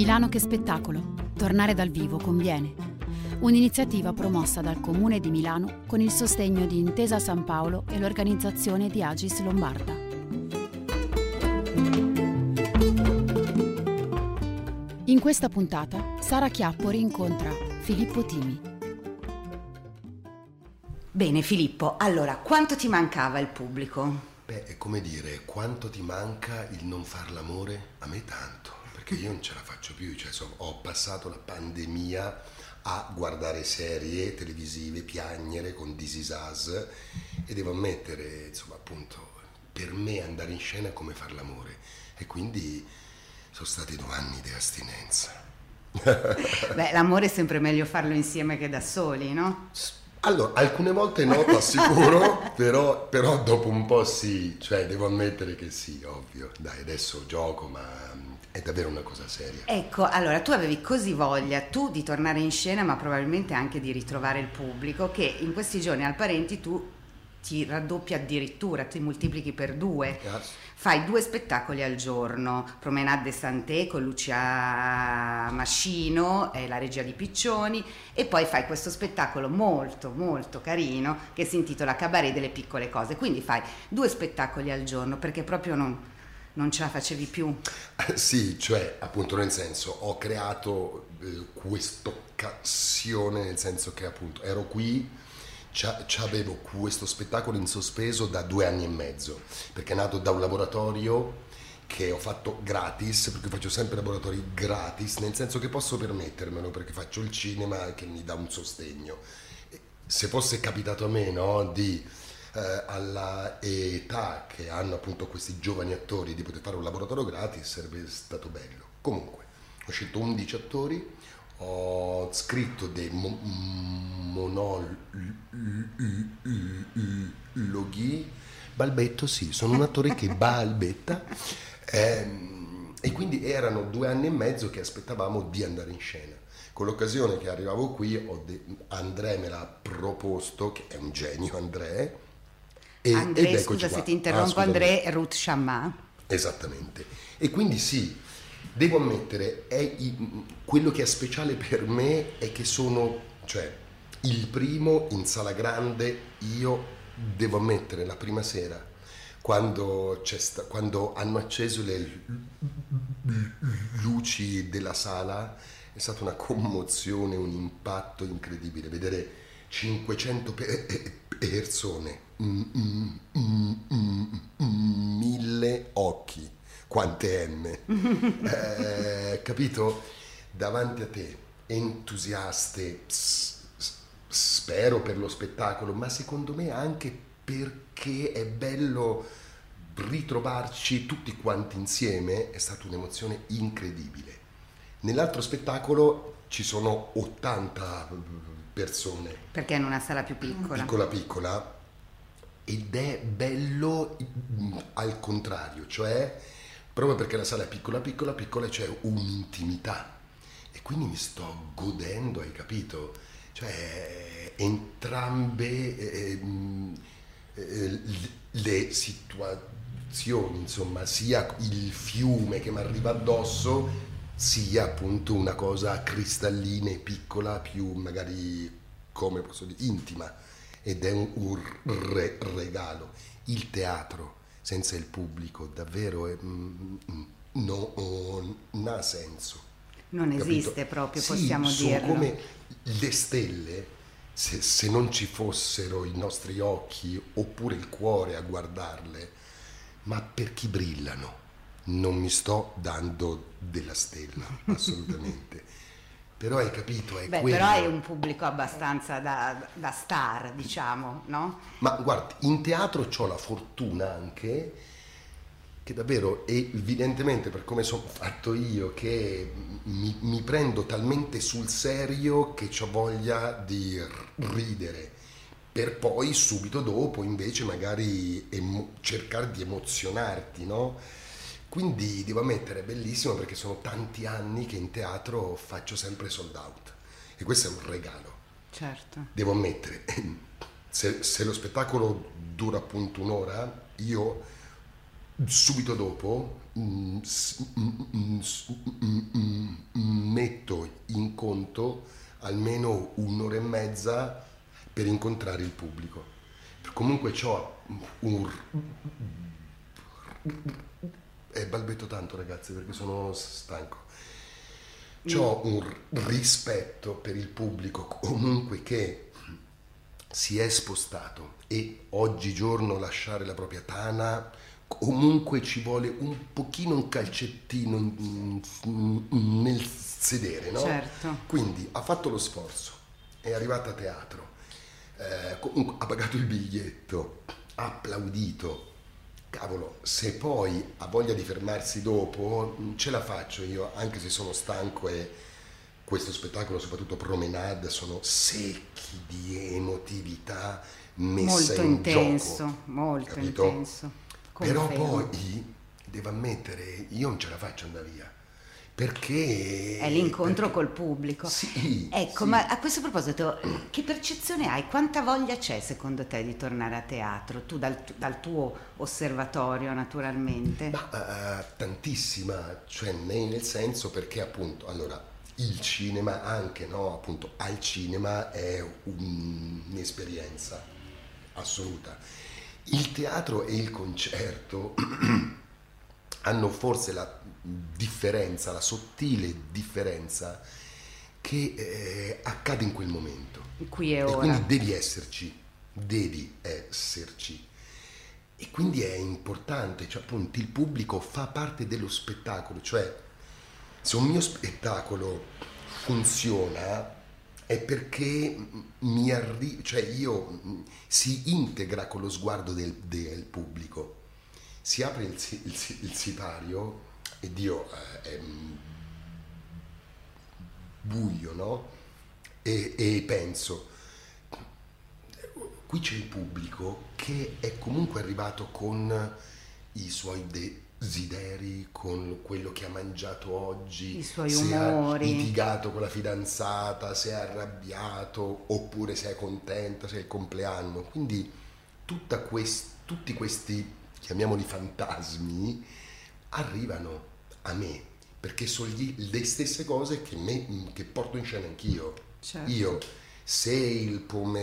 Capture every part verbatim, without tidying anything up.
Milano che spettacolo. Tornare dal vivo conviene. Un'iniziativa promossa dal Comune di Milano con il sostegno di Intesa San Paolo e l'organizzazione di Agis Lombarda. In questa puntata Sara Chiappori incontra Filippo Timi. Bene Filippo, allora quanto ti mancava il pubblico? Beh, è come dire, quanto ti manca il non far l'amore? A me tanto, perché io non ce la faccio più, cioè insomma, ho passato la pandemia a guardare serie televisive, piagnere con This Is Us, e devo ammettere, insomma, appunto, per me andare in scena è come far l'amore, e quindi sono stati due anni di astinenza. Beh, l'amore è sempre meglio farlo insieme che da soli, no? Allora, alcune volte no, ti assicuro, però, però dopo un po' sì, cioè devo ammettere che sì, ovvio. Dai, adesso gioco, ma è davvero una cosa seria. Ecco, allora tu avevi così voglia, tu di tornare in scena, ma probabilmente anche di ritrovare il pubblico, che in questi giorni al Parenti tu ti raddoppi addirittura, ti moltiplichi per due. Yes. Fai due spettacoli al giorno, Promenade de Santé con Lucia Mascino e la regia di Piccioni, e poi fai questo spettacolo molto molto carino che si intitola Cabaret delle piccole cose. Quindi fai due spettacoli al giorno perché proprio non, non ce la facevi più. Sì, cioè appunto nel senso ho creato eh, quest'occasione, nel senso che appunto ero qui, c'avevo questo spettacolo in sospeso da due anni e mezzo, perché è nato da un laboratorio che ho fatto gratis, perché faccio sempre laboratori gratis, nel senso che posso permettermelo perché faccio il cinema che mi dà un sostegno. Se fosse capitato a me, no, di eh, alla età che hanno appunto questi giovani attori di poter fare un laboratorio gratis, sarebbe stato bello. Comunque ho scelto undici attori, ho scritto dei mo- monologhi. Balbetto, sì, sono un attore che balbetta, ehm, e quindi erano due anni e mezzo che aspettavamo di andare in scena. Con l'occasione che arrivavo qui, ho de- André me l'ha proposto, che è un genio André, e, André, ed scusa qua. se ti interrompo, ah, André Ruth Chammah. Esattamente, e quindi sì, devo ammettere, è i, quello che è speciale per me è che sono, cioè, il primo in sala grande. Io devo ammettere, la prima sera, quando, c'è sta, quando hanno acceso le luci della sala, è stata una commozione, un impatto incredibile, vedere cinquecento pe- persone, mm, mm, mm, mm, mm, mille occhi. Quante M, eh, capito? Davanti a te, entusiaste, s- s- spero per lo spettacolo, ma secondo me anche perché è bello ritrovarci tutti quanti insieme, è stata un'emozione incredibile. Nell'altro spettacolo ci sono ottanta persone. Perché è in una sala più piccola. Piccola piccola, ed è bello al contrario, cioè proprio perché la sala è piccola piccola piccola c'è un'intimità, e quindi mi sto godendo, hai capito? Cioè entrambe eh, eh, le situazioni, insomma, sia il fiume che mi arriva addosso, sia appunto una cosa cristallina e piccola, più magari, come posso dire, intima, ed è un, un re- regalo. Il teatro senza il pubblico davvero è, mm, no, non ha senso. Non capito? esiste proprio, sì, possiamo sono dirlo. come le stelle, se, se non ci fossero i nostri occhi oppure il cuore a guardarle, ma per chi brillano? Non mi sto dando della stella, assolutamente. Però hai capito, è Beh, quello. però hai un pubblico abbastanza da, da star, diciamo, no? Ma guardi, in teatro c'ho la fortuna anche che davvero, evidentemente per come sono fatto io, che mi, mi prendo talmente sul serio che ho voglia di ridere, per poi subito dopo invece magari emo- cercare di emozionarti, no? Quindi devo ammettere, è bellissimo perché sono tanti anni che in teatro faccio sempre sold out, e questo è un regalo. Certo. Devo ammettere, se, se lo spettacolo dura appunto un'ora, io subito dopo mm, s- mm, mm, s- mm, mm, mm, metto in conto almeno un'ora e mezza per incontrare il pubblico. Comunque c'ho un... E balbetto tanto, ragazzi, perché sono stanco. C'ho un rispetto per il pubblico comunque che si è spostato, e oggigiorno lasciare la propria tana comunque ci vuole un pochino, un calcettino nel sedere, no? Certo. Quindi ha fatto lo sforzo, è arrivata a teatro, eh, comunque ha pagato il biglietto, ha applaudito. Cavolo, se poi ha voglia di fermarsi dopo, ce la faccio io, anche se sono stanco, e questo spettacolo, soprattutto Promenade, sono secchi di emotività messa Molto in intenso, gioco, molto capito? intenso. Però Confermo. poi, devo ammettere, io non ce la faccio andare via, perché... È l'incontro perché- col pubblico. Sì, Ecco, sì. ma a questo proposito, che percezione hai? Quanta voglia c'è secondo te di tornare a teatro? Tu dal, dal tuo osservatorio, naturalmente. Ma eh, tantissima, cioè ne- nel senso, perché appunto, allora, il cinema anche, no, appunto, al cinema è un- un'esperienza assoluta. Il teatro e il concerto hanno forse la differenza, la sottile differenza che eh, accade in quel momento. Qui e E ora. quindi devi esserci, devi esserci. E quindi è importante, cioè appunto il pubblico fa parte dello spettacolo, cioè se un mio spettacolo funziona è perché mi arriva, cioè io mh, si integra con lo sguardo del, del pubblico. Si apre il, si- il si- il sipario e Dio eh, è mh, buio, no? E, e penso, qui c'è il pubblico che è comunque arrivato con i suoi desideri, con quello che ha mangiato oggi, I suoi se umori. ha litigato con la fidanzata, se è arrabbiato, oppure se è contenta, se è il compleanno. Quindi tutta quest- tutti questi, chiamiamoli fantasmi, arrivano a me, perché sono gli- le stesse cose che, me, che porto in scena anch'io. Certo. Io, se il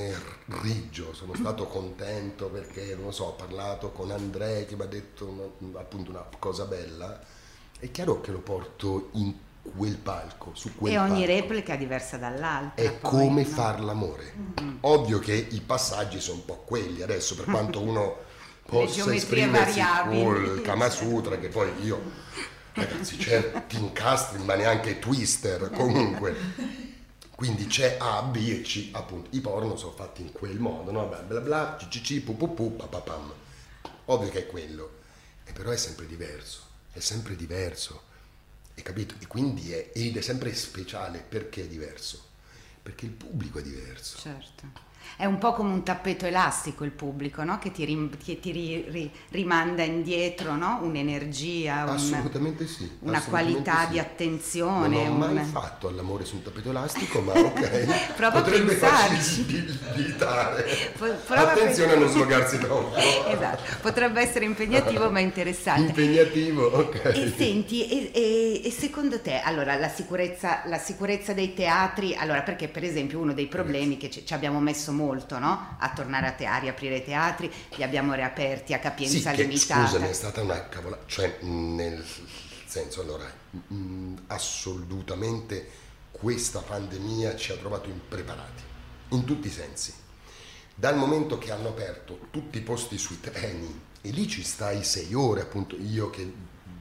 pomeriggio sono stato contento perché, non lo so, ho parlato con Andrea che mi ha detto una- appunto una cosa bella, è chiaro che lo porto in quel palco, su quel E ogni palco. replica è diversa dall'altra. È poi, come no? far l'amore. Ovvio che i passaggi sono un po' quelli adesso, per quanto uno possa geometrie esprimersi variabili. col Kama Sutra, che poi io, ragazzi, certi incastri, ma neanche twister, comunque. Quindi c'è A, B e C, appunto. I porno sono fatti in quel modo, no? Bla bla bla, c c c, pu pu pu, pa pa pam. Ovvio che è quello, e però è sempre diverso, è sempre diverso, hai capito? E quindi è, ed è sempre speciale. Perché è diverso? Perché il pubblico è diverso. Certo. È un po' come un tappeto elastico il pubblico, no? Che ti, rim- che ti ri- ri- rimanda indietro, no? Un'energia, un- Assolutamente sì. una assolutamente qualità sì. di attenzione. Non ho mai un- fatto all'amore su un tappeto elastico, ma ok. Prova a Potrebbe pensarci. facilitare. Po- prova a Attenzione a non pensare. slogarsi troppo. Esatto, potrebbe essere impegnativo ma interessante. Impegnativo, ok. E senti, e, e- e secondo te, allora la sicurezza, la sicurezza dei teatri, allora perché per esempio uno dei problemi che ci, ci abbiamo messo molto, no? A tornare a, te- a riaprire i teatri, li abbiamo riaperti a Sì, capienza che, limitata. scusami, è stata una cavola, cioè nel senso, allora, mh, assolutamente questa pandemia ci ha trovato impreparati, in tutti i sensi. Dal momento che hanno aperto tutti i posti sui treni, e lì ci stai sei ore, appunto, io che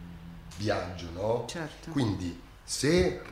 viaggio, no? Certo. Quindi se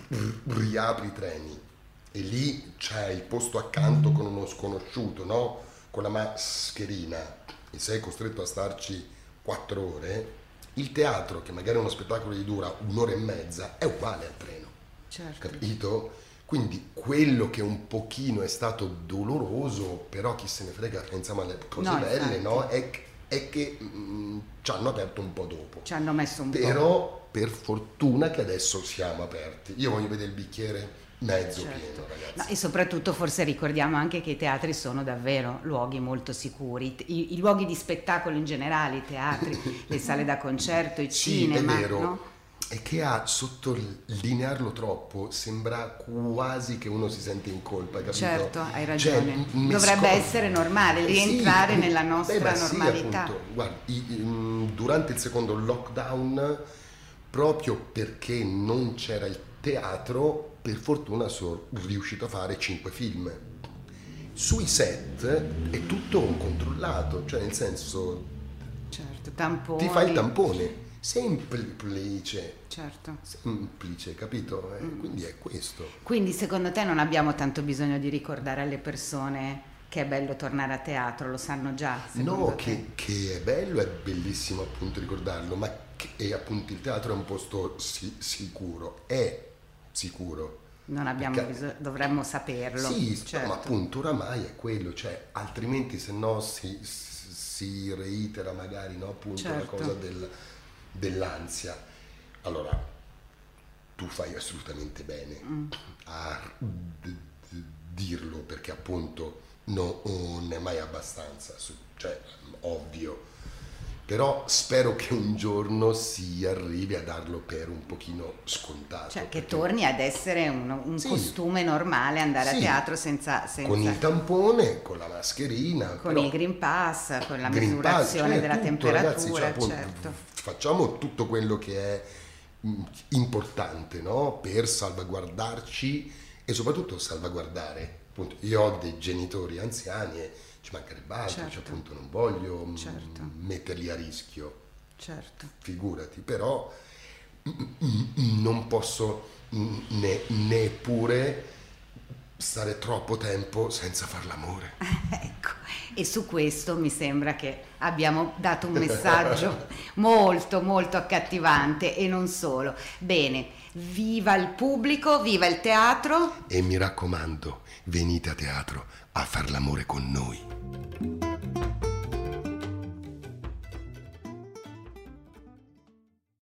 riapri i treni e lì c'è il posto accanto con uno sconosciuto, no? Con la mascherina, e sei costretto a starci quattro ore, il teatro, che magari è uno spettacolo che dura un'ora e mezza, è uguale al treno, Certo. capito? Quindi quello che un pochino è stato doloroso, però chi se ne frega, pensiamo alle cose No, belle, infatti. no? È, è che mh, ci hanno aperto un po' dopo. Ci hanno messo un po'. Però per fortuna che adesso siamo aperti. Io voglio vedere il bicchiere mezzo certo. pieno, ragazzi. No, e soprattutto forse ricordiamo anche che i teatri sono davvero luoghi molto sicuri, I, i luoghi di spettacolo in generale, i teatri, le sale da concerto, i sì, cinema, è vero. no? È che a sottolinearlo troppo sembra quasi che uno si sente in colpa, capito? Certo, hai ragione. Cioè, m- dovrebbe scor- essere normale, Eh, rientrare sì, nella nostra beh, ma sì, normalità. appunto. Guardi, i- i- durante il secondo lockdown, proprio perché non c'era il teatro, per fortuna sono riuscito a fare cinque film. Sui set è tutto controllato, cioè nel senso Certo, tamponi. ti fai il tampone, semplice, Certo. semplice, capito? Eh, Mm. Quindi è questo. Quindi secondo te non abbiamo tanto bisogno di ricordare alle persone che è bello tornare a teatro, lo sanno già? secondo No, te? che, che è bello, è bellissimo appunto ricordarlo, ma che, e appunto il teatro è un posto si- sicuro, è sicuro. Non abbiamo Perché- bisogno, dovremmo saperlo. Sì, certo. ma appunto oramai è quello, cioè altrimenti se no si, si reitera magari, no, appunto la Certo. cosa del, dell'ansia. Allora, tu fai assolutamente bene Mm. a d- d- dirlo, perché appunto no- non è mai abbastanza, su- cioè ovvio. Però spero che un giorno si arrivi a darlo per un pochino scontato. Cioè che perché torni ad essere un, un Sì. costume normale, andare Sì. a teatro senza, senza con il tampone, con la mascherina, con però- il Green Pass, con la Green Pass, misurazione cioè, della tutto, temperatura, ragazzi, cioè, appunto, certo. facciamo tutto quello che è mh, importante, no? Per salvaguardarci e soprattutto salvaguardare. Appunto, io ho dei genitori anziani e ci mancherebbe altro, Certo. cioè, appunto non voglio mh, Certo. metterli a rischio, Certo. figurati, però mh, mh, non posso mh, ne- neppure stare troppo tempo senza far l'amore. Ecco, e su questo mi sembra che abbiamo dato un messaggio molto molto accattivante e non solo. Bene, viva il pubblico, viva il teatro. E mi raccomando, venite a teatro a far l'amore con noi.